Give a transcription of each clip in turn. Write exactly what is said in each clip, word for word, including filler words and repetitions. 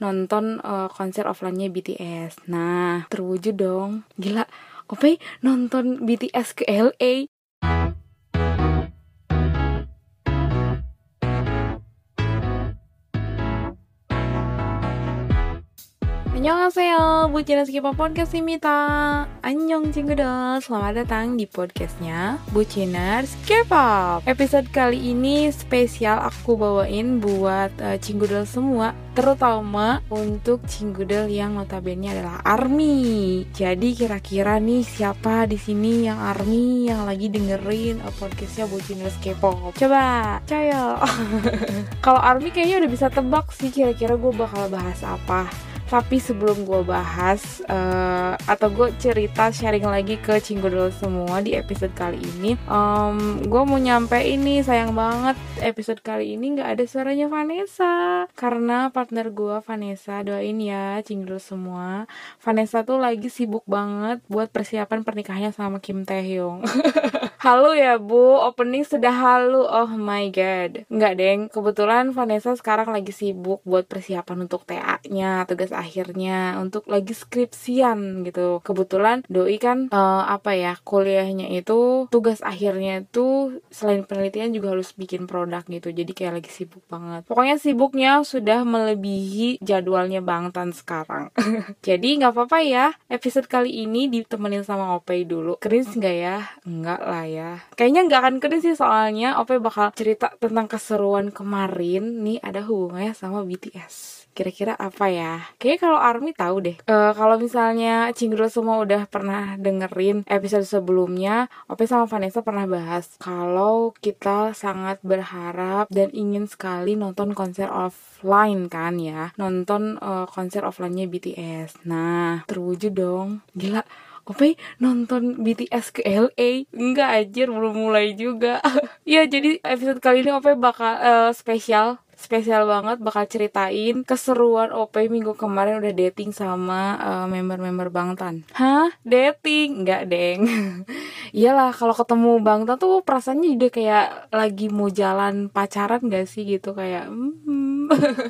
nonton uh, konser offline-nya B T S. Nah, terwujud dong. Gila, Opay nonton B T S ke L A. Annyeonghaseyo, bucinan K-pop podcast Mita. Annyeong Cingudel, selamat datang di podcastnya Buciners K-pop. Episode kali ini spesial aku bawain buat uh, Cingudel semua, terutama untuk Cingudel yang notabene adalah ARMY. Jadi kira-kira nih siapa di sini yang ARMY yang lagi dengerin uh, podcastnya Buciners K-pop? Coba, cayo. Kalau ARMY kayaknya udah bisa tebak sih kira-kira gue bakal bahas apa. Tapi sebelum gue bahas uh, atau gue cerita sharing lagi ke Cingudel semua di episode kali ini, um, gue mau nyampe ini sayang banget episode kali ini nggak ada suaranya Vanessa karena partner gue Vanessa, doain ya Cingudel semua. Vanessa tuh lagi sibuk banget buat persiapan pernikahannya sama Kim Taehyung. Halu ya bu, opening sudah halu, oh my god. Nggak deng, kebetulan Vanessa sekarang lagi sibuk buat persiapan untuk T A-nya, tugas akhirnya, untuk lagi skripsian gitu. Kebetulan doi kan uh, apa ya, kuliahnya itu tugas akhirnya itu selain penelitian juga harus bikin produk gitu. Jadi kayak lagi sibuk banget. Pokoknya sibuknya sudah melebihi jadwalnya Bangtan sekarang. Jadi nggak apa-apa ya, episode kali ini ditemenin sama Opay dulu. Cringe nggak ya? Enggak lah ya. Kayaknya nggak akan cringe sih, soalnya Opay bakal cerita tentang keseruan kemarin nih ada hubungannya sama B T S. Kira-kira apa ya? Kayaknya kalau ARMY tahu deh. Uh, kalau misalnya Cingudel semua udah pernah dengerin episode sebelumnya, Opay sama Vanessa pernah bahas kalau kita sangat berharap dan ingin sekali nonton konser offline kan ya. Nonton uh, konser offline-nya B T S. Nah, terwujud dong. Gila, Opay nonton B T S ke L A. Enggak anjir, belum mulai juga. Ya, jadi episode kali ini Opay bakal uh, spesial Spesial banget, bakal ceritain keseruan Opay minggu kemarin udah dating sama uh, member-member Bangtan. Hah? Dating? Enggak deng. Iyalah, kalau ketemu Bangtan tuh perasaannya udah kayak lagi mau jalan pacaran gak sih gitu, kayak hmm.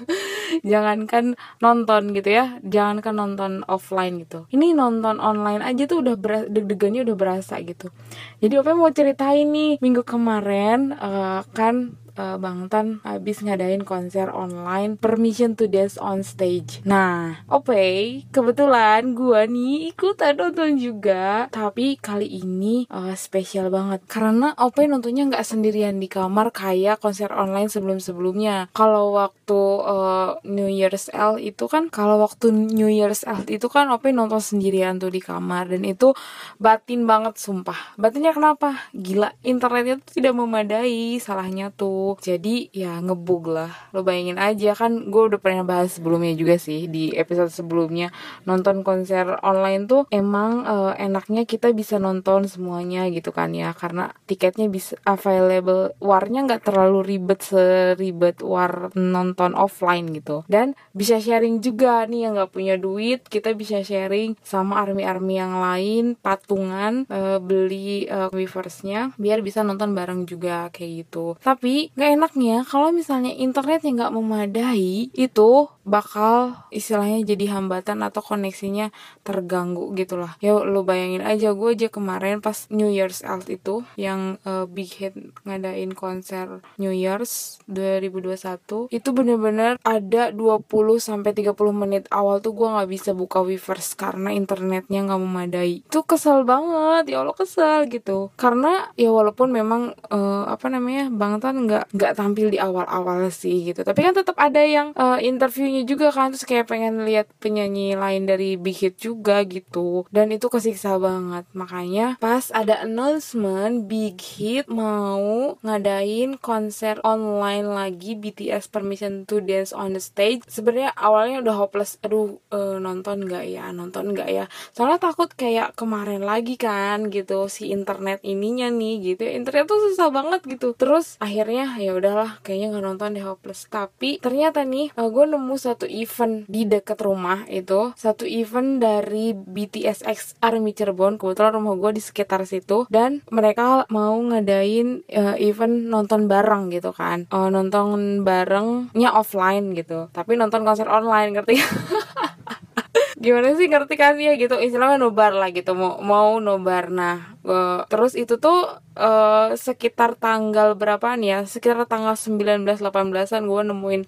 Jangankan nonton gitu ya, jangankan nonton offline gitu, ini nonton online aja tuh udah ber- deg-degannya udah berasa gitu. Jadi Opay mau ceritain nih, minggu kemarin uh, kan Uh, Bangtan habis ngadain konser online Permission to Dance on Stage. Nah, Opay kebetulan gua nih ikutan nonton juga. Tapi kali ini uh, spesial banget karena Opay nontonnya nggak sendirian di kamar kayak konser online sebelum-sebelumnya. Kalau waktu uh, New Year's Eve itu kan, kalau waktu New Year's Eve itu kan Opay nonton sendirian tuh di kamar, dan itu batin banget sumpah. Batinnya kenapa? Gila, internetnya tuh tidak memadai, salahnya tuh. Jadi ya ngebug lah. Lo bayangin aja, kan gue udah pernah bahas sebelumnya juga sih di episode sebelumnya, nonton konser online tuh emang uh, enaknya kita bisa nonton semuanya gitu kan ya, karena tiketnya bisa available, warnya gak terlalu ribet seribet war nonton offline gitu. Dan bisa sharing juga nih yang gak punya duit, kita bisa sharing sama army-army yang lain, patungan uh, beli uh, Weverse-nya biar bisa nonton bareng juga kayak gitu. Tapi gak enaknya kalau misalnya internetnya gak memadai, itu bakal istilahnya jadi hambatan atau koneksinya terganggu gitu lah. Ya lo bayangin aja, gue aja kemarin pas New Year's Eve itu yang uh, Big Hit ngadain konser New Year's dua ribu dua puluh satu, itu bener-bener ada dua puluh sampai tiga puluh menit awal tuh gue gak bisa buka Weverse karena internetnya gak memadai. Itu kesel banget, ya Allah kesel gitu. Karena ya walaupun memang uh, apa namanya Bangtan gak, gak tampil di awal-awal sih gitu, tapi kan tetap ada yang uh, interviewnya juga kan, terus kayak pengen lihat penyanyi lain dari Big Hit juga gitu, dan itu kesiksa banget. Makanya pas ada announcement Big Hit mau ngadain konser online lagi B T S Permission to Dance on the Stage, sebenarnya awalnya udah hopeless, aduh uh, nonton nggak ya nonton nggak ya soalnya takut kayak kemarin lagi kan gitu, si internet ininya nih gitu, internet tuh susah banget gitu. Terus akhirnya akhirnya ya udahlah kayaknya nggak nonton deh Hopeless. Tapi ternyata nih uh, gue nemu satu event di dekat rumah, itu satu event dari B T S X Army Cirebon. Kebetulan rumah gue di sekitar situ, dan mereka mau ngadain uh, event nonton bareng gitu kan, uh, nonton barengnya offline gitu, tapi nonton konser online, ngerti? Gimana sih, ngerti kan ya gitu, istilahnya nobar lah gitu, mau mau nobar. Nah uh, terus itu tuh uh, sekitar tanggal berapa nih ya, sekitar tanggal sembilan belas delapan belasan gue nemuin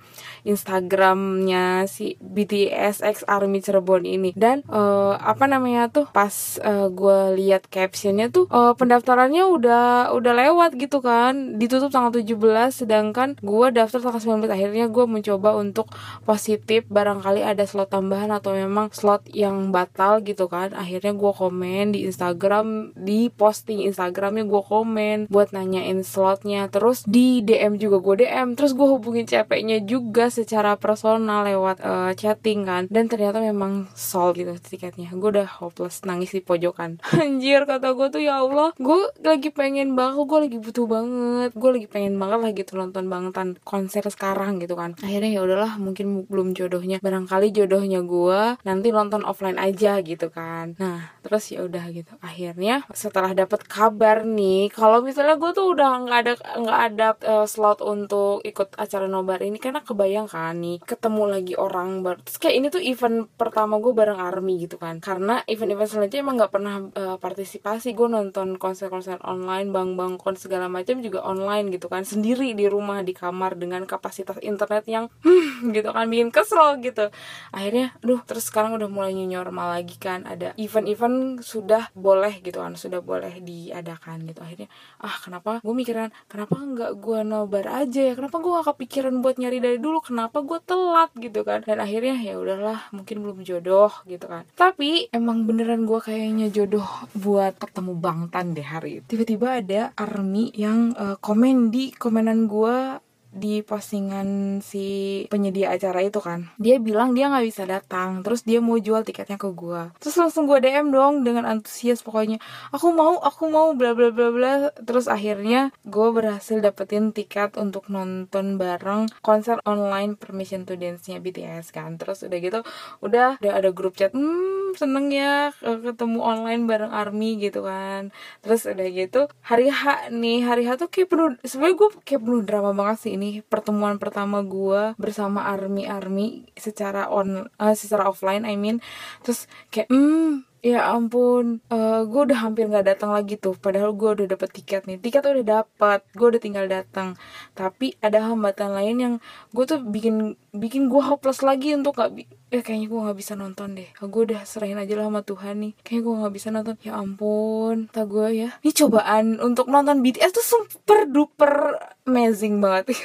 Instagramnya si B T S X Army Cirebon ini. Dan uh, apa namanya tuh, pas uh, gue lihat captionnya tuh uh, pendaftarannya udah udah lewat gitu kan, ditutup tanggal tujuh belas, sedangkan gue daftar tanggal sembilan belas. Akhirnya gue mencoba untuk positif, barangkali ada slot tambahan atau memang slot yang batal gitu kan. Akhirnya gue komen di Instagram, di posting Instagramnya gue komen buat nanyain slotnya, terus di D M juga gue D M, terus gue hubungin C P-nya juga secara personal lewat uh, chatting kan, dan ternyata memang sold gitu tiketnya. Gue udah hopeless, nangis di pojokan. Anjir, kata gue tuh ya Allah, gue lagi pengen banget, gue lagi butuh banget, gue lagi pengen banget lah gitu nonton bangetan konser sekarang gitu kan. Akhirnya ya udahlah, mungkin belum jodohnya, barangkali jodohnya gue nanti nonton offline aja gitu kan. Nah terus ya udah gitu, akhirnya setelah dapat kabar nih kalau misalnya gue tuh udah nggak ada nggak ada uh, slot untuk ikut acara nobar ini, karena kebayang kan nih ketemu lagi orang baru. Terus kayak ini tuh event pertama gue bareng Army gitu kan, karena event-event selanjutnya emang nggak pernah uh, partisipasi. Gue nonton konser-konser online, bang-bang kon segala macam juga online gitu kan, sendiri di rumah di kamar dengan kapasitas internet yang hmm, gitu kan, bikin kesel gitu. Akhirnya duh, terus sekarang udah mulai new normal lagi kan, ada event-event sudah boleh gitu kan, sudah boleh diadakan gitu. Akhirnya ah kenapa gue mikiran, kenapa nggak gue nobar aja ya, kenapa gue gak kepikiran buat nyari dari dulu, kenapa gue telat gitu kan. Dan akhirnya ya udahlah, mungkin belum jodoh gitu kan. Tapi emang beneran gue kayaknya jodoh buat ketemu Bangtan deh hari itu. Tiba-tiba ada Army yang uh, komen di komenan gue di postingan si penyedia acara itu kan. Dia bilang dia gak bisa datang, terus dia mau jual tiketnya ke gue. Terus langsung gue D M dong dengan antusias, pokoknya aku mau, aku mau bla bla bla bla. Terus akhirnya gue berhasil dapetin tiket untuk nonton bareng konser online Permission to Dance-nya B T S kan. Terus udah gitu, udah udah ada grup chat, hmm seneng ya ketemu online bareng Army gitu kan. Terus udah gitu hari H nih, hari H tuh kayak penuh, sebenarnya gue kayak penuh drama banget sih. Ini pertemuan pertama gue bersama Army Army secara on uh, secara offline I mean. Terus kayak hmm ya ampun, uh, gue udah hampir nggak datang lagi tuh, padahal gue udah dapet tiket nih, tiket udah dapat, gue udah tinggal datang. Tapi ada hambatan lain yang gue tuh bikin bikin gue hopeless lagi untuk nggak bi- ya kayaknya gue nggak bisa nonton deh. Gue udah serahin aja lah sama Tuhan nih, kayaknya gue nggak bisa nonton. Ya ampun, kata gue ya, ini cobaan untuk nonton B T S tuh super duper amazing banget.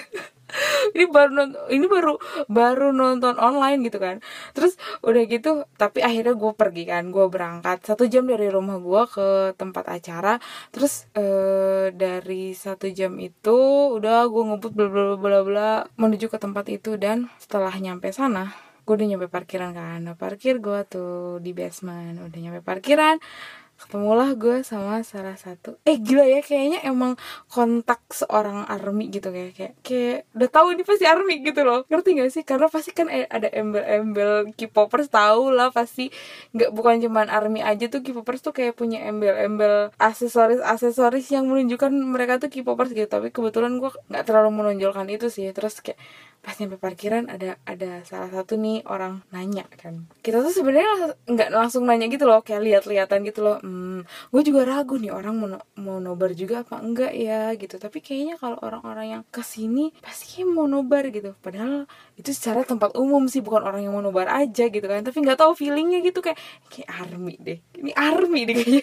ini baru nonton, ini baru baru nonton online gitu kan. Terus udah gitu, tapi akhirnya gue pergi kan, gue berangkat satu jam dari rumah gue ke tempat acara. Terus ee, dari satu jam itu udah gue ngebut bla bla bla bla menuju ke tempat itu. Dan setelah nyampe sana, gue udah nyampe parkiran kan, nah, parkir gue tuh di basement. Udah nyampe parkiran, ketemulah gue sama salah satu, eh gila ya, kayaknya emang kontak seorang Army gitu, kayak kayak kayak udah tahu ini pasti Army gitu loh, ngerti gak sih? Karena pasti kan ada embel-embel K-popers, tahu lah pasti, nggak bukan cuman Army aja tuh, K-popers tuh kayak punya embel-embel aksesoris-aksesoris yang menunjukkan mereka tuh K-popers gitu. Tapi kebetulan gue nggak terlalu menonjolkan itu sih. Terus kayak pas nyampe parkiran ada ada salah satu nih orang nanya kan. Kita tuh sebenarnya nggak langsung nanya gitu loh, kayak lihat-lihatan gitu loh. Hmm, gue juga ragu nih orang mau mau nobar juga apa enggak ya gitu. Tapi kayaknya kalau orang-orang yang kesini pasti mau nobar gitu. Padahal itu secara tempat umum sih, bukan orang yang mau nobar aja gitu kan. Tapi nggak tahu feelingnya gitu, kayak kayak Army deh. Ini Army deh kayaknya.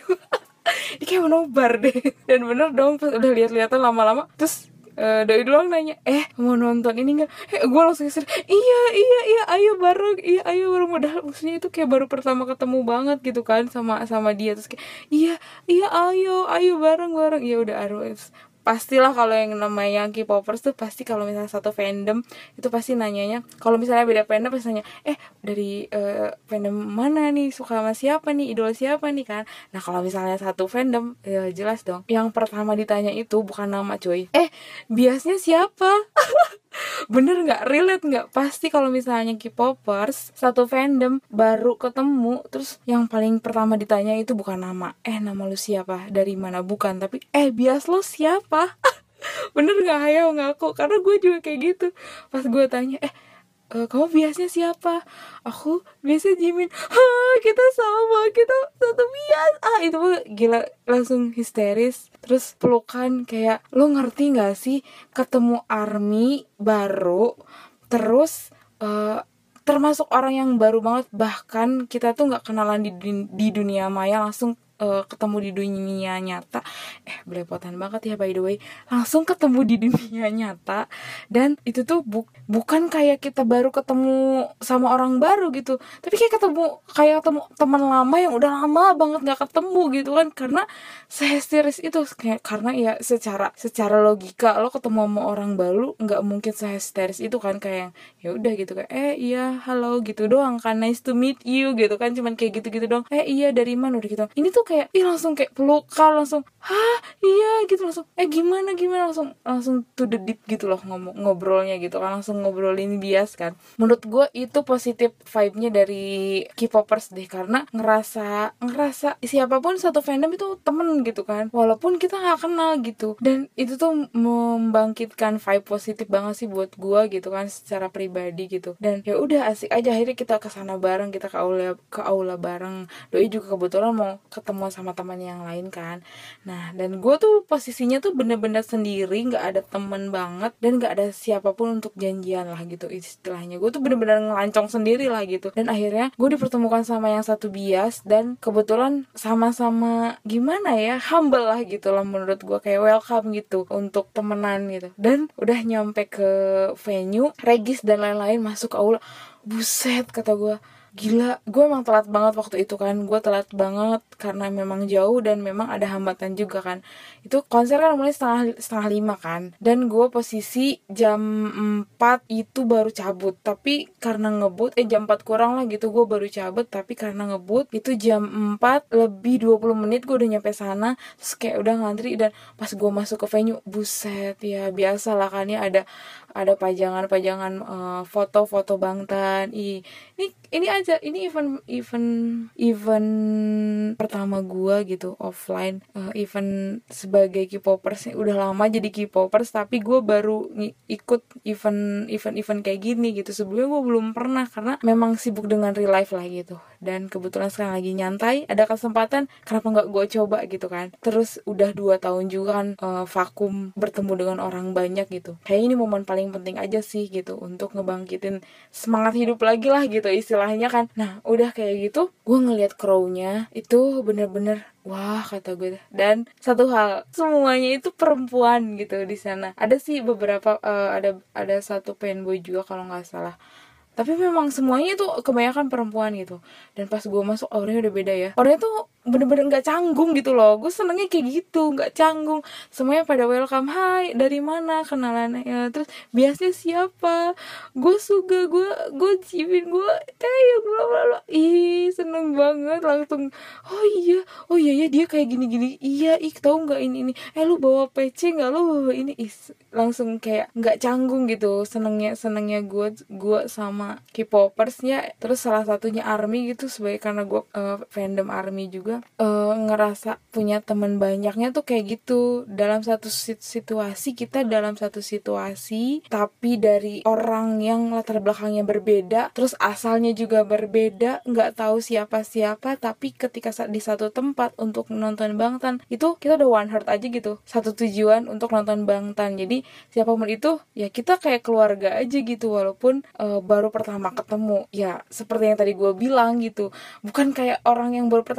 Ini kayak mau nobar deh. Dan bener dong, pas udah lihat-lihatan lama-lama, terus Uh, Doi doang nanya, eh mau nonton ini nggak? Eh gue langsung kesel, iya iya iya ayo bareng, iya ayo bareng. Padahal maksudnya itu kayak baru pertama ketemu banget gitu kan sama sama dia. Terus kayak iya iya ayo ayo bareng bareng. Ya udah harus pastilah kalau yang namanya K-popers tuh pasti kalau misalnya satu fandom itu pasti nanyanya, kalau misalnya beda fandom pasti nanya, eh dari uh, fandom mana nih, suka sama siapa nih, idol siapa nih kan. Nah kalau misalnya satu fandom ya jelas dong, yang pertama ditanya itu bukan nama cuy, eh biasnya siapa. Bener nggak, relate nggak? Pasti kalau misalnya K-popers satu fandom baru ketemu, terus yang paling pertama ditanya itu bukan nama, eh nama lu siapa, dari mana, bukan, tapi eh bias lo siapa. Bener nggak? Hayo ngaku, karena gue juga kayak gitu. Pas gue tanya, eh e, kamu biasnya siapa? Aku biasa Jimin. Hah, kita sama, kita satu bias. Ah itu gila, langsung histeris. Terus pelukan kayak, lo ngerti gak sih ketemu ARMY baru, terus uh, termasuk orang yang baru banget, bahkan kita tuh gak kenalan di, di dunia maya, langsung Uh, ketemu di dunia nyata. Eh belepotan banget ya by the way, langsung ketemu di dunia nyata. Dan itu tuh bu- bukan kayak kita baru ketemu sama orang baru gitu, tapi kayak ketemu kayak ketemu teman lama yang udah lama banget gak ketemu gitu kan. Karena sehisteris itu, kayak karena ya secara secara logika lo ketemu sama orang baru nggak mungkin sehisteris itu kan, kayak ya udah gitu kan, eh iya halo gitu doang kan, nice to meet you gitu kan, cuman kayak gitu-gitu doang. Eh iya dari mana, udah gitu. Ini tuh kayak ih langsung kayak pelukan, langsung hah iya gitu, langsung eh gimana gimana langsung langsung to the deep gitu loh ngomong ngobrolnya gitu kan, langsung ngobrolin bias kan. Menurut gue itu positif vibe-nya dari K-popers deh, karena ngerasa ngerasa siapapun satu fandom itu temen gitu kan, walaupun kita nggak kenal gitu. Dan itu tuh membangkitkan vibe positif banget sih buat gue gitu kan, secara pribadi gitu. Dan ya udah asik aja, akhirnya kita kesana bareng, kita ke aula ke aula bareng. Doi juga kebetulan mau ketemu sama teman yang lain kan. Nah dan gue tuh posisinya tuh bener-bener sendiri, nggak ada temen banget, dan nggak ada siapapun untuk janjian lah gitu istilahnya. Gue tuh bener-bener ngelancong sendiri lah gitu. Dan akhirnya gue dipertemukan sama yang satu bias, dan kebetulan sama-sama gimana ya, humble lah gitu lah menurut gue, kayak welcome gitu untuk temenan gitu. Dan udah nyampe ke venue, regis dan lain-lain, masuk ke aula, buset kata gue, gila, gue emang telat banget waktu itu kan. Gue telat banget karena memang jauh dan memang ada hambatan juga kan. Itu konser kan mulai setengah, setengah lima kan. Dan gue posisi jam empat itu baru cabut. Tapi karena ngebut, eh jam empat kurang lah gitu gue baru cabut. Tapi karena ngebut, itu jam empat lebih dua puluh menit gue udah nyampe sana. Terus kayak udah ngantri, dan pas gue masuk ke venue, buset ya biasa lah kan ya, ada ada pajangan-pajangan uh, foto-foto Bangtan. Ih, ini ini aja, ini event event event pertama gua gitu offline, uh, event sebagai K-popers. Udah lama jadi K-popers, tapi gua baru ng- ikut event event event kayak gini gitu. Sebelumnya gua belum pernah karena memang sibuk dengan real life lah gitu. Dan kebetulan sekarang lagi nyantai, ada kesempatan, kenapa nggak gua coba gitu kan. Terus udah dua tahun juga kan uh, vakum bertemu dengan orang banyak gitu. Kayaknya ini momen paling penting aja sih gitu untuk ngebangkitin semangat hidup lagi lah gitu istilahnya kan. Nah udah kayak gitu, gue ngeliat crowd-nya itu bener-bener wah kata gue. Dan satu hal, semuanya itu perempuan gitu di sana. Ada sih beberapa uh, ada ada satu fanboy juga kalau nggak salah, tapi memang semuanya tuh kebanyakan perempuan gitu. Dan pas gue masuk, orangnya udah beda ya, orangnya tuh bener-bener gak canggung gitu loh. Gue senengnya kayak gitu, gak canggung. Semuanya pada welcome, hai dari mana, kenalan ya, terus biasanya siapa, gue suka, gue gue Jimin, gue kayak bla bla bla. Ih seneng banget, langsung oh iya oh iya ya dia kayak gini-gini, iya ih tahu nggak ini ini eh lu bawa P C nggak, lu bawa ini. Ih langsung kayak nggak canggung gitu. Senengnya senengnya gue gue sama K-popersnya. Terus salah satunya ARMY gitu, sebagai karena gue uh, fandom ARMY juga, uh, ngerasa punya teman banyaknya tuh kayak gitu. Dalam satu situasi, kita dalam satu situasi tapi dari orang yang latar belakangnya berbeda, terus asalnya juga berbeda, nggak tahu siapa-siapa, tapi ketika di satu tempat untuk nonton Bangtan itu kita udah one heart aja gitu, satu tujuan untuk nonton Bangtan. Jadi siapapun itu ya kita kayak keluarga aja gitu, walaupun uh, baru pertama ketemu. Ya seperti yang tadi gue bilang gitu, bukan kayak orang yang baru pertama ketemu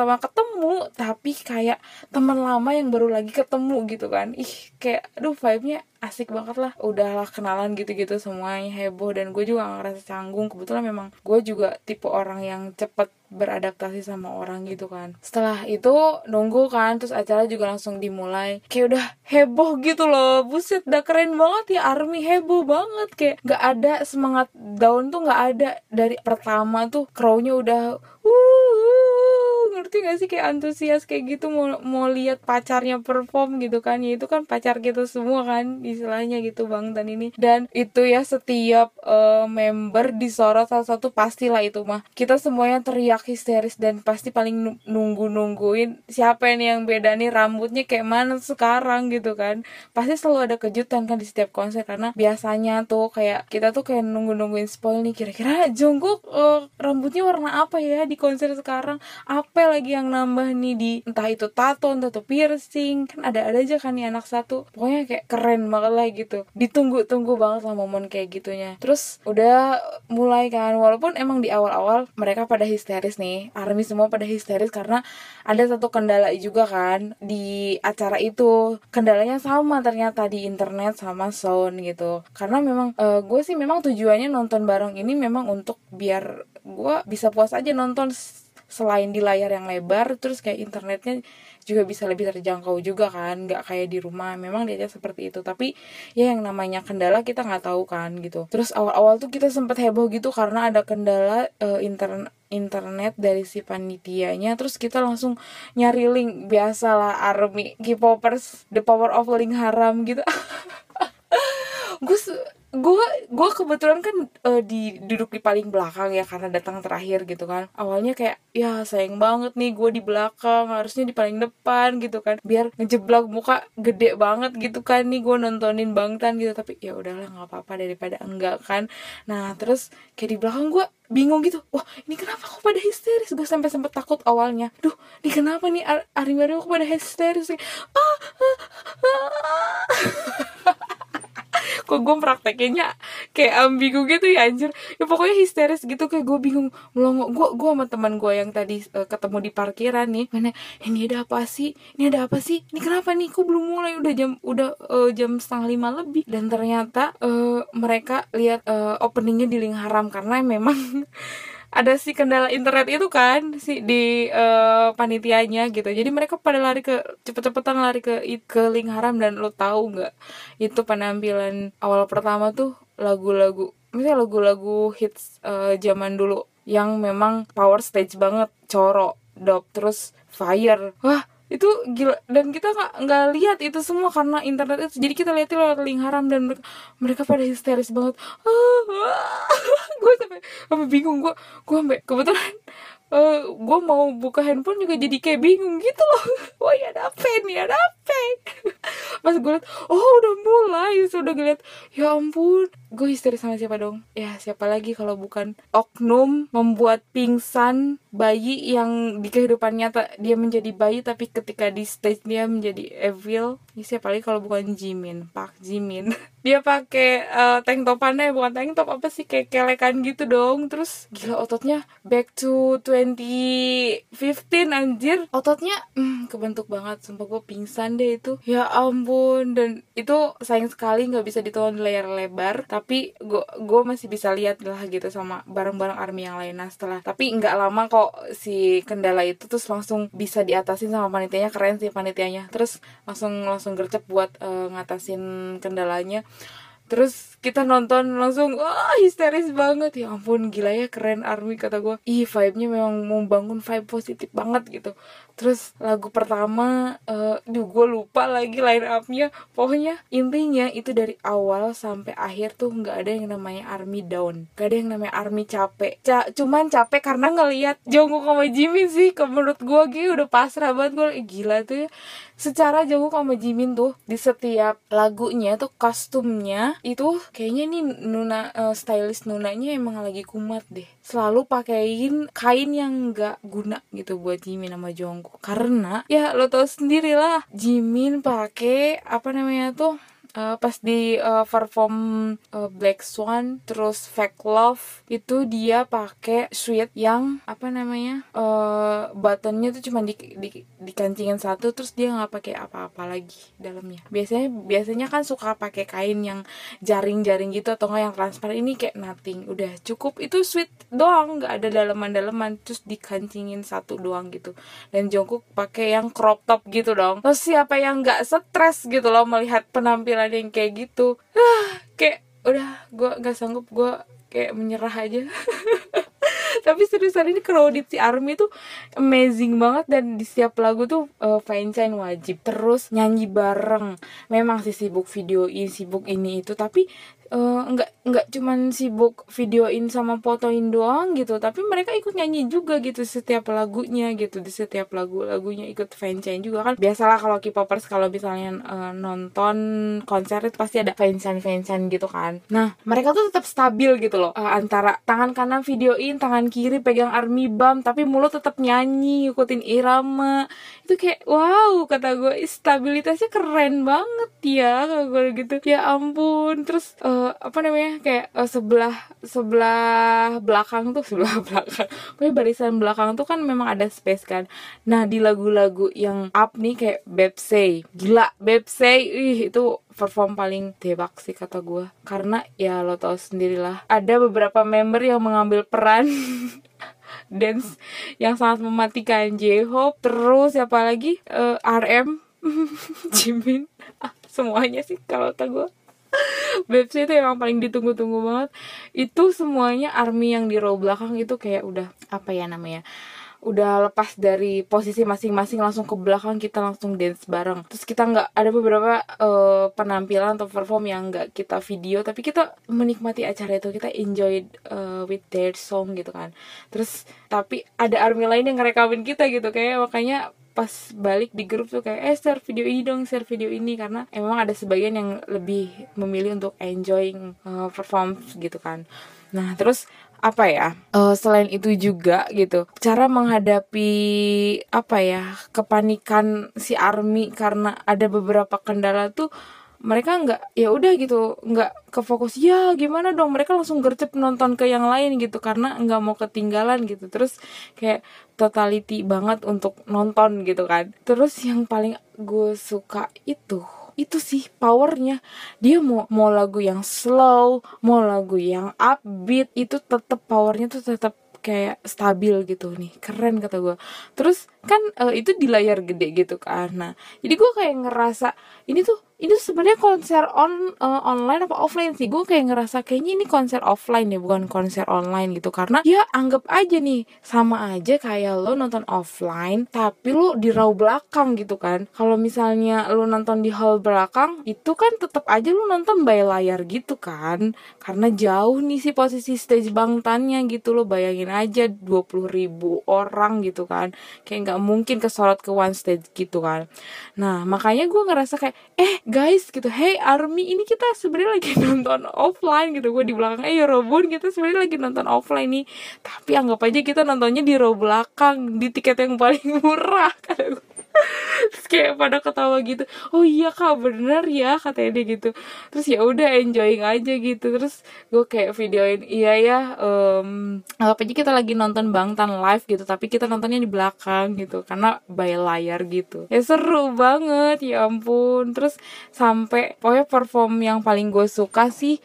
ketemu tapi kayak teman lama yang baru lagi ketemu gitu kan. Ih kayak aduh vibe-nya asik banget lah. Udahlah kenalan gitu-gitu semuanya heboh, dan gue juga gak ngerasa canggung. Kebetulan memang gue juga tipe orang yang cepet beradaptasi sama orang gitu kan. Setelah itu nunggu kan, terus acara juga langsung dimulai. Kayak udah heboh gitu loh. Buset, udah keren banget ya, ARMY heboh banget. Kayak gak ada semangat down tuh, gak ada. Dari pertama tuh crowd-nya udah wuh, ngerti gak sih, kayak antusias kayak gitu, mau mau lihat pacarnya perform gitu kan. Ya itu kan pacar kita semua kan istilahnya gitu Bang Tan ini. Dan itu ya setiap uh, member disorot satu-satu pastilah itu mah. Kita semuanya teriak histeris dan pasti paling nunggu-nungguin siapa ini yang beda nih rambutnya kayak mana sekarang gitu kan. Pasti selalu ada kejutan kan di setiap konser, karena biasanya tuh kayak kita tuh kayak nunggu-nungguin spoil nih, kira-kira Jungkook uh, rambutnya warna apa ya di konser sekarang, apa lagi yang nambah nih di entah itu tato, entah itu piercing, kan ada-ada aja kan nih anak satu. Pokoknya kayak keren banget lah gitu, ditunggu-tunggu banget lah momen kayak gitunya. Terus udah mulai kan, walaupun emang di awal-awal mereka pada histeris nih, ARMY semua pada histeris karena ada satu kendala juga kan di acara itu. Kendalanya sama ternyata di internet sama sound gitu. Karena memang uh, gue sih memang tujuannya nonton bareng ini memang untuk biar gue bisa puas aja nonton, selain di layar yang lebar, terus kayak internetnya juga bisa lebih terjangkau juga kan, nggak kayak di rumah. Memang dia seperti itu, tapi ya yang namanya kendala kita nggak tahu kan gitu. Terus awal-awal tuh kita sempet heboh gitu karena ada kendala uh, internet internet dari si panitianya. Terus kita langsung nyari link, biasalah ARMY K-popers, the power of link haram gitu. gue gue gue kebetulan kan uh, di duduk di paling belakang ya karena datang terakhir gitu kan. Awalnya kayak ya sayang banget nih gue di belakang, harusnya di paling depan gitu kan, biar ngejeblak muka gede banget gitu kan nih gue nontonin Bang Tan gitu. Tapi ya udahlah nggak apa-apa daripada enggak kan. Nah terus kayak di belakang gue bingung gitu, wah ini kenapa kok pada histeris. Gue sampai sempet takut awalnya, duh ini kenapa nih ARMY kok pada histeris nih. ah, ah, ah. Kok gue praktekinnya kayak ambigu gitu ya anjir. Ya pokoknya histeris gitu, kayak gue bingung melongo. Gue gue sama teman gue yang tadi uh, ketemu di parkiran nih, mana ini ada apa sih? Ini ada apa sih? Ini kenapa nih? Kok belum mulai? Udah jam udah uh, jam setengah lima lebih. Dan ternyata uh, mereka lihat uh, openingnya di link haram karena memang ada si kendala internet itu kan si di uh, panitianya gitu. Jadi mereka pada lari ke cepet-cepetan lari ke ke link haram. Dan lo tahu nggak, itu penampilan awal pertama tuh lagu-lagu, misalnya lagu-lagu hits uh, zaman dulu yang memang power stage banget, Coro, Dop, terus Fire. Wah itu gila, dan kita nggak nggak lihat itu semua karena internet itu. Jadi kita lihat lewat link haram dan mereka, mereka pada histeris banget. gue sampai sampai bingung. Gue gue sampai kebetulan uh, gue mau buka handphone juga jadi kayak bingung gitu loh. Wah ya ada apa nih, ada apa? Pas gue liat, oh udah mulai, sudah ngeliat, ya ampun, gue histeris sama siapa dong? Ya siapa lagi kalau bukan oknum membuat pingsan bayi yang di kehidupan nyata dia menjadi bayi tapi ketika di stage dia menjadi evil. Ya siapa lagi kalau bukan Jimin, Park Jimin. Dia pakai uh, tank topannya, bukan tank top, apa sih, kayak kelekan gitu dong. Terus gila ototnya back to twenty fifteen anjir. Ototnya mm, kebentuk banget, sumpah gue pingsan deh itu. Ya ampun. Dan itu sayang sekali nggak bisa ditonton di layar lebar, tapi gue gue masih bisa lihat lah gitu sama barang-barang ARMY yang lain. Nah setelah, tapi nggak lama kok si kendala itu terus langsung bisa diatasin sama panitianya. Keren sih panitianya, terus langsung langsung gercep buat uh, ngatasin kendalanya. Terus kita nonton langsung wah histeris banget. Ya ampun gila ya, keren ARMY kata gue. Ih vibe-nya memang membangun vibe positif banget gitu. Terus lagu pertama uh, duh gue lupa lagi line up-nya. Pokoknya intinya itu dari awal sampai akhir tuh gak ada yang namanya ARMY down, gak ada yang namanya ARMY capek. Ca- cuman capek karena ngelihat Jungkook sama Jimin sih. Menurut gue gitu udah pasrah banget gue. Eh, gila tuh ya. Secara Jungkook sama Jimin tuh di setiap lagunya tuh kostumnya itu kayaknya nih Nuna uh, stylist Nunanya emang lagi kumat deh. Selalu pakein kain yang gak guna gitu buat Jimin sama Jungkook. Karena ya lo tau sendiri lah, Jimin pakai apa namanya tuh uh, pas di uh, perform uh, Black Swan terus Fake Love itu dia pakai suit yang apa namanya uh, buttonnya tuh cuma di, di dikancingin satu, terus dia nggak pakai apa-apa lagi dalamnya. Biasanya biasanya kan suka pakai kain yang jaring-jaring gitu atau nggak yang transparan, ini kayak nothing, udah cukup itu suit doang, nggak ada daleman-daleman, terus dikancingin satu doang gitu. Dan Jungkook pakai yang crop top gitu dong. Terus siapa yang nggak stres gitu loh melihat penampilan yang kayak gitu. Kayak udah gue nggak sanggup, gue kayak menyerah aja. Tapi seriusan ini crowded si ARMY tuh amazing banget, dan di setiap lagu tuh uh, fansign wajib, terus nyanyi bareng. Memang sih sibuk videoin, sibuk ini itu, tapi uh, nggak nggak cuman sibuk videoin sama fotoin doang gitu, tapi mereka ikut nyanyi juga gitu setiap lagunya gitu, di setiap lagu-lagunya ikut fansign juga kan. Biasalah kalau K-popers kalau misalnya uh, nonton konser itu pasti ada fansign fansign gitu kan. Nah mereka tuh tetap stabil gitu loh, uh, antara tangan kanan videoin, tangan kiri pegang ARMY BAM, tapi mulut tetap nyanyi ikutin irama. Itu kayak wow, kata gue stabilitasnya keren banget ya, kata gue gitu. Ya ampun. Terus uh, apa namanya kayak uh, sebelah sebelah belakang tuh sebelah belakang pokoknya barisan belakang tuh kan memang ada space kan. Nah di lagu-lagu yang up nih kayak Bepsey, gila Bepsey, ih itu perform paling tebak sih kata gue, karena ya lo tau sendirilah ada beberapa member yang mengambil peran dance yang sangat mematikan. J-Hope, terus siapa lagi, uh, R M, Jimin, ah, semuanya sih kalau kata gue. Bepsey itu emang paling ditunggu-tunggu banget. Itu semuanya ARMY yang di row belakang itu kayak udah apa ya namanya, udah lepas dari posisi masing-masing langsung ke belakang, kita langsung dance bareng. Terus kita nggak ada beberapa uh, penampilan atau perform yang nggak kita video, tapi kita menikmati acara itu, kita enjoy uh, with their song gitu kan. Terus tapi ada ARMY lain yang ngerekamin kita gitu, kayak makanya pas balik di grup tuh kayak eh share video ini dong, share video ini, karena emang ada sebagian yang lebih memilih untuk enjoying uh, perform gitu kan. Nah terus apa ya, uh, selain itu juga gitu, cara menghadapi apa ya kepanikan si ARMY karena ada beberapa kendala tuh, mereka nggak ya udah gitu nggak kefokus ya gimana dong, mereka langsung gercep nonton ke yang lain gitu karena nggak mau ketinggalan gitu. Terus kayak totality banget untuk nonton gitu kan. Terus yang paling gue suka itu itu sih powernya dia, mau mau lagu yang slow, mau lagu yang upbeat, itu tetap powernya tuh tetap kayak stabil gitu nih, keren kata gue. Terus kan uh, itu di layar gede gitu kan. Nah jadi gue kayak ngerasa ini tuh ini tuh sebenarnya konser on uh, online apa offline sih. Gue kayak ngerasa kayaknya ini konser offline ya, bukan konser online gitu, karena ya anggap aja nih sama aja kayak lo nonton offline tapi lo di row belakang gitu kan. Kalau misalnya lo nonton di hall belakang itu kan tetap aja lo nonton by layar gitu kan, karena jauh nih sih posisi stage bangtannya gitu. Lo bayangin aja dua puluh ribu orang gitu kan, kayak nggak mungkin kesorot ke one stage gitu kan. Nah makanya gue ngerasa kayak eh guys gitu, hey ARMY ini kita sebenarnya lagi nonton offline gitu. Gue di belakang, eh Yorobun kita sebenarnya lagi nonton offline nih, tapi anggap aja kita nontonnya di row belakang di tiket yang paling murah kata gue. Terus kayak pada ketawa gitu, oh iya kak bener ya katanya dia gitu. Terus ya udah enjoying aja gitu. Terus gue kayak videoin, iya ya um, anggap aja kita lagi nonton Bangtan live gitu, tapi kita nontonnya di belakang gitu karena by layar gitu. Ya seru banget ya ampun. Terus sampai pokoknya perform yang paling gue suka sih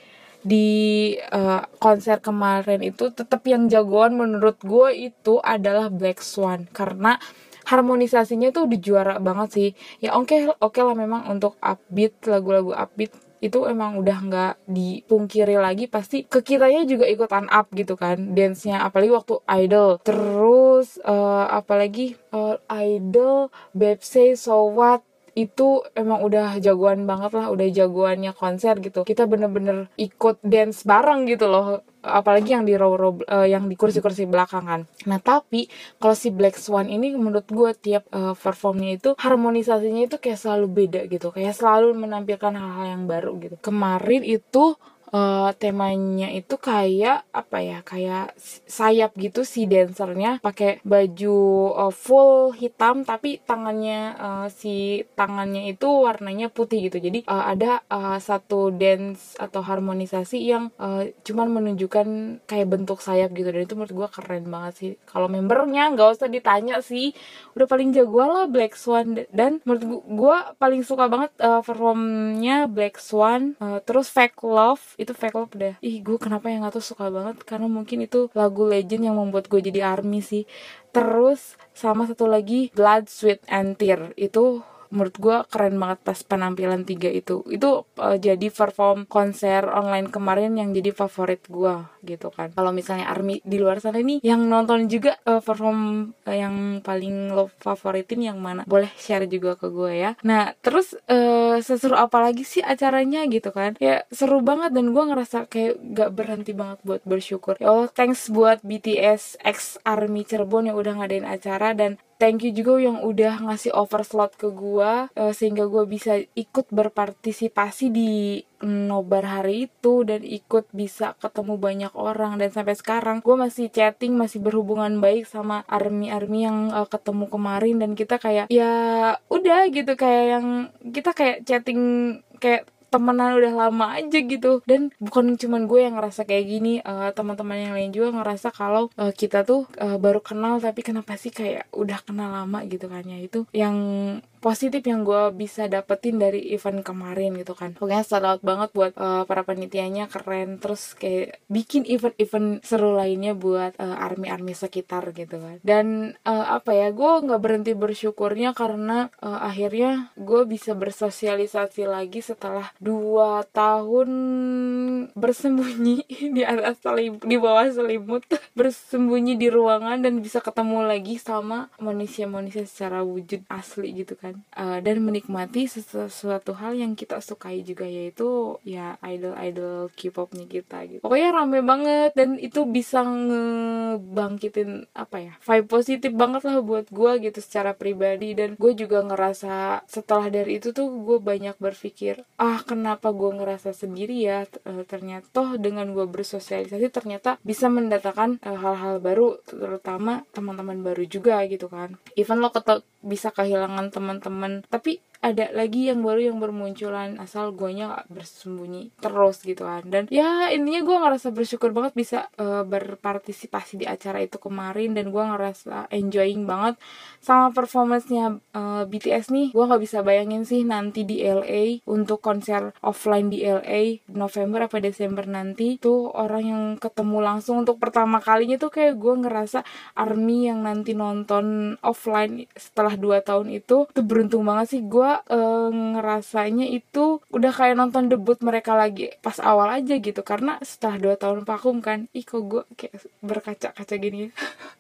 di uh, konser kemarin itu tetap yang jagoan menurut gue itu adalah Black Swan, karena harmonisasinya tuh udah juara banget sih. Ya oke okay, oke okay lah memang untuk upbeat, lagu-lagu upbeat itu emang udah nggak dipungkiri lagi, pasti ke kitanya juga ikutan up gitu kan dance-nya, apalagi waktu Idol. Terus uh, apalagi uh, Idol, Bepsey, So What, itu emang udah jagoan banget lah, udah jagoannya konser gitu. Kita bener-bener ikut dance bareng gitu loh, apalagi yang di row row uh, yang di kursi-kursi belakang kan. Nah tapi kalau si Black Swan ini menurut gue tiap uh, performnya itu harmonisasinya itu kayak selalu beda gitu, kayak selalu menampilkan hal-hal yang baru gitu. Kemarin itu uh, temanya itu kayak apa ya, kayak sayap gitu, si dancernya pakai baju uh, full hitam tapi tangannya uh, si tangannya itu warnanya putih gitu. Jadi uh, ada uh, satu dance atau harmonisasi yang uh, cuman menunjukkan kayak bentuk sayap gitu, dan itu menurut gue keren banget sih. Kalau membernya nggak usah ditanya sih, udah paling jago lah Black Swan. Dan menurut gue paling suka banget uh, performnya Black Swan. Uh, terus Fake Love, itu Fake Love deh. Ih, gue kenapa yang nggak tuh suka banget, karena mungkin itu lagu legend yang membuat gue jadi ARMY sih. Terus sama satu lagi Blood, Sweat and Tear, itu menurut gue keren banget pas penampilan tiga itu. Itu uh, jadi perform konser online kemarin yang jadi favorit gue gitu kan. Kalau misalnya ARMY di luar sana nih yang nonton juga uh, perform uh, yang paling lo favoritin yang mana, boleh share juga ke gue ya. Nah terus uh, seseru apa lagi sih acaranya gitu kan, ya seru banget, dan gue ngerasa kayak gak berhenti banget buat bersyukur. Ya Allah, thanks buat B T S X ARMY Cirebon yang udah ngadain acara, dan thank you juga yang udah ngasih over slot ke gue, uh, sehingga gue bisa ikut berpartisipasi di nobar hari itu dan ikut bisa ketemu banyak orang. Dan sampai sekarang gue masih chatting, masih berhubungan baik sama ARMY-ARMY yang uh, ketemu kemarin, dan kita kayak ya udah gitu, kayak yang kita kayak chatting kayak temenan udah lama aja gitu. Dan bukan cuman gue yang ngerasa kayak gini, uh, teman-teman yang lain juga ngerasa kalau uh, kita tuh uh, baru kenal tapi kenapa sih kayak udah kenal lama gitu kan. Ya itu yang positif yang gue bisa dapetin dari event kemarin gitu kan. Pokoknya shout out banget buat uh, para panitianya, keren. Terus kayak bikin event-event seru lainnya buat uh, ARMY-ARMY sekitar gitu kan. Dan uh, apa ya, gue gak berhenti bersyukurnya karena uh, akhirnya gue bisa bersosialisasi lagi setelah dua tahun bersembunyi di atas selimut, di bawah selimut, bersembunyi di ruangan, dan bisa ketemu lagi sama manusia-manusia secara wujud asli gitu kan. Uh, dan menikmati sesuatu hal yang kita sukai juga, yaitu ya idol-idol K-popnya kita gitu. Pokoknya rame banget, dan itu bisa ngebangkitin apa ya, vibe positif banget lah buat gue gitu secara pribadi. Dan gue juga ngerasa setelah dari itu tuh gue banyak berpikir, ah kenapa gue ngerasa sendiri ya. Uh, ternyata toh dengan gue bersosialisasi ternyata bisa mendatangkan uh, hal-hal baru, terutama teman-teman baru juga gitu kan. Even lo ketok bisa kehilangan teman-teman, tapi ada lagi yang baru yang bermunculan asal guanya gak bersembunyi terus gitu kan. Dan ya intinya gue ngerasa bersyukur banget bisa uh, berpartisipasi di acara itu kemarin, dan gue ngerasa enjoying banget sama performance-nya uh, B T S nih. Gue gak bisa bayangin sih nanti di L A untuk konser offline di L A November apa Desember nanti tuh, orang yang ketemu langsung untuk pertama kalinya tuh kayak gue ngerasa ARMY yang nanti nonton offline setelah dua tahun itu tuh beruntung banget sih. Gue uh, ngerasanya itu udah kayak nonton debut mereka lagi pas awal aja gitu, karena setelah dua tahun vakum kan. Ih kok gue kayak berkaca-kaca gini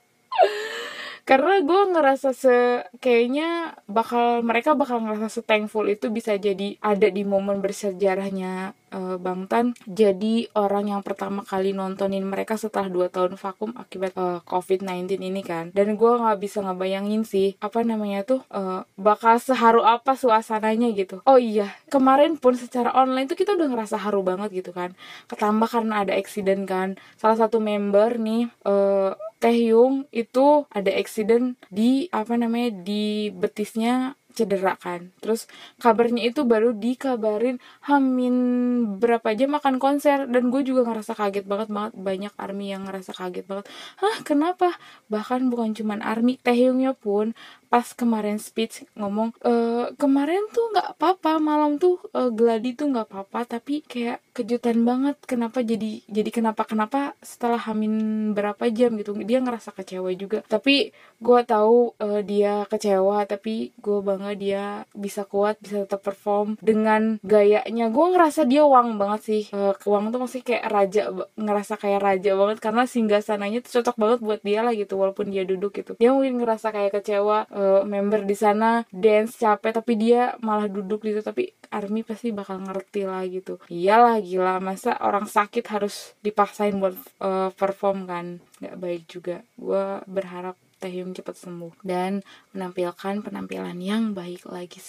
karena gue ngerasa se kayaknya bakal mereka bakal ngerasa se-thankful itu bisa jadi ada di momen bersejarahnya uh, Bangtan jadi orang yang pertama kali nontonin mereka setelah dua tahun vakum akibat uh, covid sembilan belas ini kan. Dan gue gak bisa ngebayangin sih apa namanya tuh uh, bakal seharu apa suasananya gitu. Oh iya, kemarin pun secara online tuh kita udah ngerasa haru banget gitu kan, ketambah karena ada accident kan. Salah satu member nih uh, Taehyung itu ada accident di apa namanya di betisnya, cedera kan. Terus kabarnya itu baru dikabarin hamin berapa jam makan konser, dan gue juga ngerasa kaget banget banget banyak ARMY yang ngerasa kaget banget. Hah kenapa? Bahkan bukan cuman ARMY, Taehyungnya pun pas kemarin speech ngomong e, kemarin tuh nggak apa-apa, malam tuh e, gladi tuh nggak apa-apa, tapi kayak kejutan banget kenapa jadi jadi kenapa kenapa setelah hamin berapa jam gitu. Dia ngerasa kecewa juga, tapi gue tahu e, dia kecewa, tapi gue bangga dia bisa kuat, bisa tetap perform dengan gayanya. Gue ngerasa dia wang banget sih. E, Wang tuh masih kayak raja, ngerasa kayak raja banget karena singgasananya tuh cocok banget buat dia lah gitu, walaupun dia duduk gitu. Dia mungkin ngerasa kayak kecewa e, uh, member di sana dance capek tapi dia malah duduk gitu, tapi ARMY pasti bakal ngerti lah gitu. Iyalah, gila, masa orang sakit harus dipaksain buat uh, perform kan, nggak baik juga. Gue berharap Taehyung cepat sembuh dan menampilkan penampilan yang baik lagi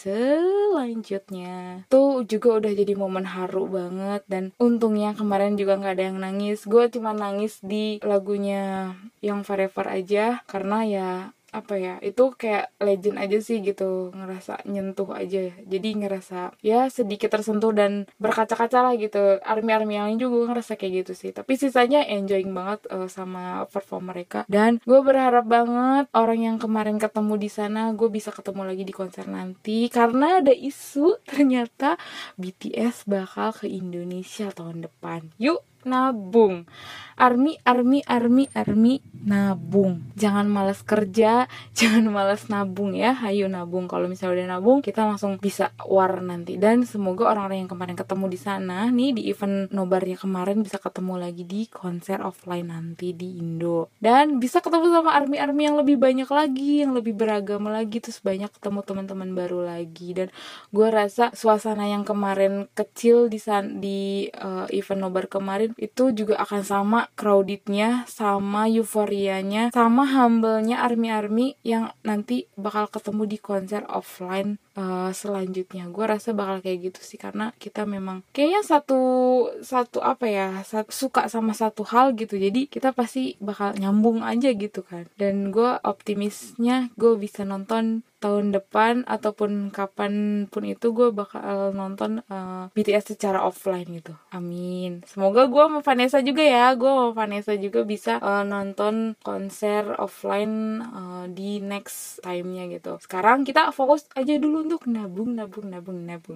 selanjutnya. Tuh juga udah jadi momen haru banget, dan untungnya kemarin juga nggak ada yang nangis. Gue cuma nangis di lagunya yang Forever aja, karena ya apa ya, itu kayak legend aja sih gitu, ngerasa nyentuh aja, jadi ngerasa ya sedikit tersentuh dan berkaca-kaca lah gitu. ARMY-ARMY yang lain juga ngerasa kayak gitu sih, tapi sisanya enjoying banget uh, sama perform mereka. Dan gue berharap banget orang yang kemarin ketemu di sana, gue bisa ketemu lagi di konser nanti, karena ada isu ternyata B T S bakal ke Indonesia tahun depan. Yuk nabung, ARMY, ARMY, ARMY, ARMY, nabung. Jangan malas kerja, jangan malas nabung ya. Ayo nabung. Kalau misalnya udah nabung, kita langsung bisa war nanti. Dan semoga orang-orang yang kemarin ketemu di sana nih di event nobarnya kemarin bisa ketemu lagi di konser offline nanti di Indo. Dan bisa ketemu sama ARMY-ARMY yang lebih banyak lagi, yang lebih beragam lagi, terus banyak ketemu teman-teman baru lagi. Dan gue rasa suasana yang kemarin kecil di san- di uh, event nobar kemarin itu juga akan sama crowdednya, sama euforianya, sama humble-nya ARMY-ARMY yang nanti bakal ketemu di konser offline uh, selanjutnya. Gue rasa bakal kayak gitu sih, karena kita memang kayaknya satu satu apa ya, satu, suka sama satu hal gitu, jadi kita pasti bakal nyambung aja gitu kan. Dan gue optimisnya gue bisa nonton tahun depan ataupun kapan pun itu, gue bakal nonton uh, B T S secara offline gitu. Amin. Semoga gue sama Vanessa juga ya, gue sama Vanessa juga bisa uh, nonton konser offline uh, di next time-nya gitu. Sekarang kita fokus aja dulu untuk nabung, nabung, nabung, nabung.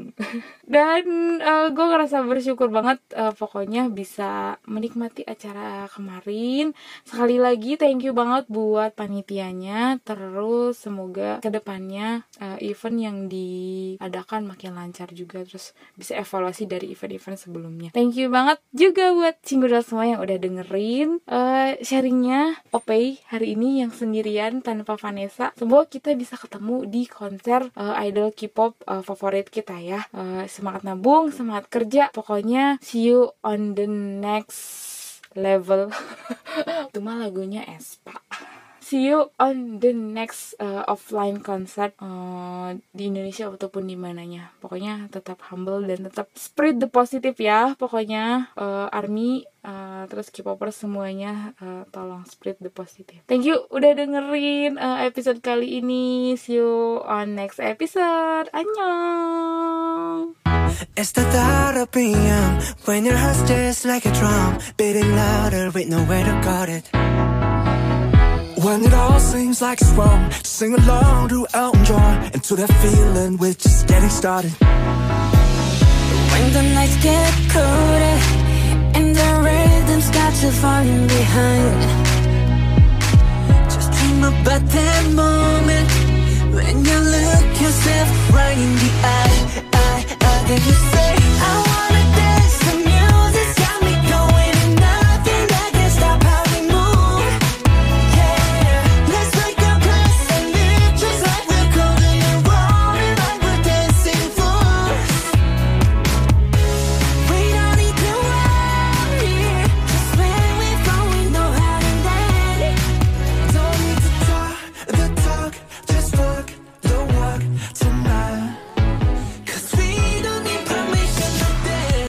Dan uh, gue ngerasa bersyukur banget uh, pokoknya bisa menikmati acara kemarin. Sekali lagi thank you banget buat panitianya. Terus semoga ke depan Uh, event yang diadakan makin lancar juga, terus bisa evaluasi dari event-event sebelumnya. Thank you banget juga buat Cinggudel semua yang udah dengerin uh, sharingnya Opey hari ini yang sendirian tanpa Vanessa. Semoga kita bisa ketemu di konser uh, idol K-pop uh, favorit kita ya. Uh, semangat nabung, semangat kerja, pokoknya see you on the next level. Itu mah lagunya Aespa. See you on the next uh, offline concert uh, di Indonesia ataupun di mananya. Pokoknya tetap humble dan tetap spread the positive ya. Pokoknya uh, ARMY uh, terus K-popers semuanya uh, tolong spread the positive. Thank you udah dengerin uh, episode kali ini. See you on next episode. Annyeong. It's the thought of being young when your heart's just like a drum, beating louder with nowhere to guard it. When it all seems like it's wrong, sing along to Elton John and to that feeling we're just getting started. When the nights get colder and the rhythm's got you falling behind, just dream about that moment when you look yourself right in the eye.